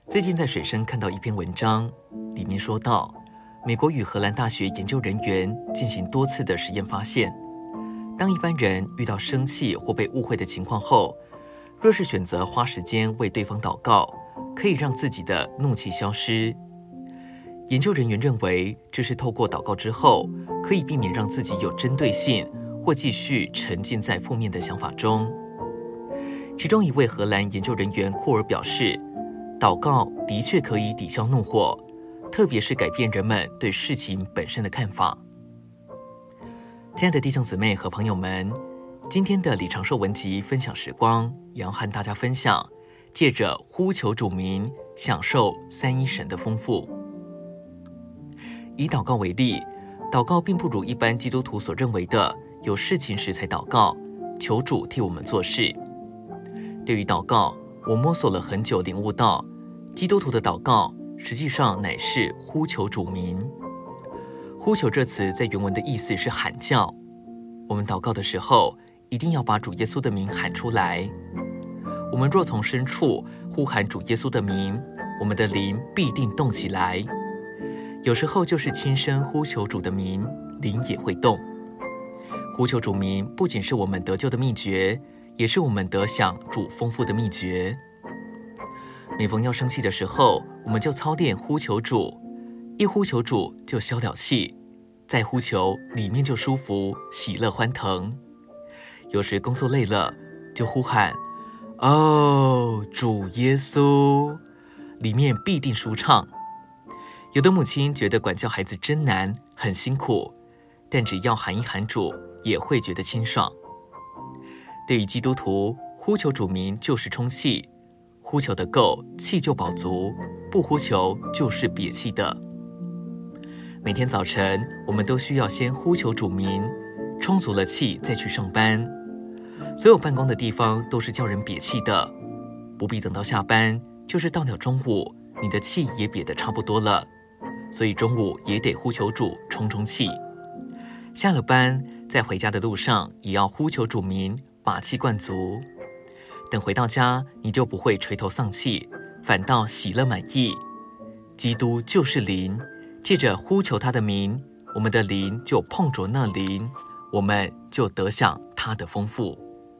最近在水声看到一篇文章，里面说到，美国与荷兰大学研究人员进行多次的实验发现，当一般人遇到生气或被误会的情况后，若是选择花时间为对方祷告，可以让自己的怒气消失。研究人员认为，这是透过祷告之后，可以避免让自己有针对性或继续沉浸在负面的想法中。其中一位荷兰研究人员库尔表示，祷告的确可以抵消怒火，特别是改变人们对事情本身的看法。亲爱的弟兄姊妹和朋友们，今天的李长寿文集分享时光，也要和大家分享，借着呼求主名，享受三一神的丰富。以祷告为例，祷告并不如一般基督徒所认为的，有事情时才祷告，求主替我们做事。对于祷告，我摸索了很久，领悟到，基督徒的祷告实际上乃是呼求主名。呼求这词在原文的意思是喊叫，我们祷告的时候，一定要把主耶稣的名喊出来。我们若从深处呼喊主耶稣的名，我们的灵必定动起来。有时候就是轻声呼求主的名，灵也会动。呼求主名不仅是我们得救的秘诀，也是我们得享主丰富的秘诀。每逢要生气的时候，我们就操练呼求主，一呼求主就消了气，再呼求里面就舒服，喜乐欢腾。有时工作累了，就呼喊哦，主耶稣，里面必定舒畅。有的母亲觉得管教孩子真难，很辛苦，但只要喊一喊主，也会觉得清爽。对于基督徒，呼求主名就是充气，呼求的够，气就饱足，不呼求就是瘪气的。每天早晨，我们都需要先呼求主名，充足了气再去上班。所有办公的地方都是叫人瘪气的，不必等到下班，就是到了中午，你的气也瘪得差不多了，所以中午也得呼求主充充气。下了班，在回家的路上也要呼求主名，把气灌足。等回到家，你就不会垂头丧气，反倒喜乐满意。基督就是灵，借着呼求他的名，我们的灵就碰着那灵，我们就得享他的丰富。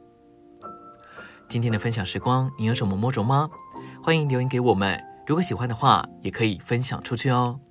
今天的分享时光，你有什么摸着吗？欢迎留言给我们，如果喜欢的话，也可以分享出去哦。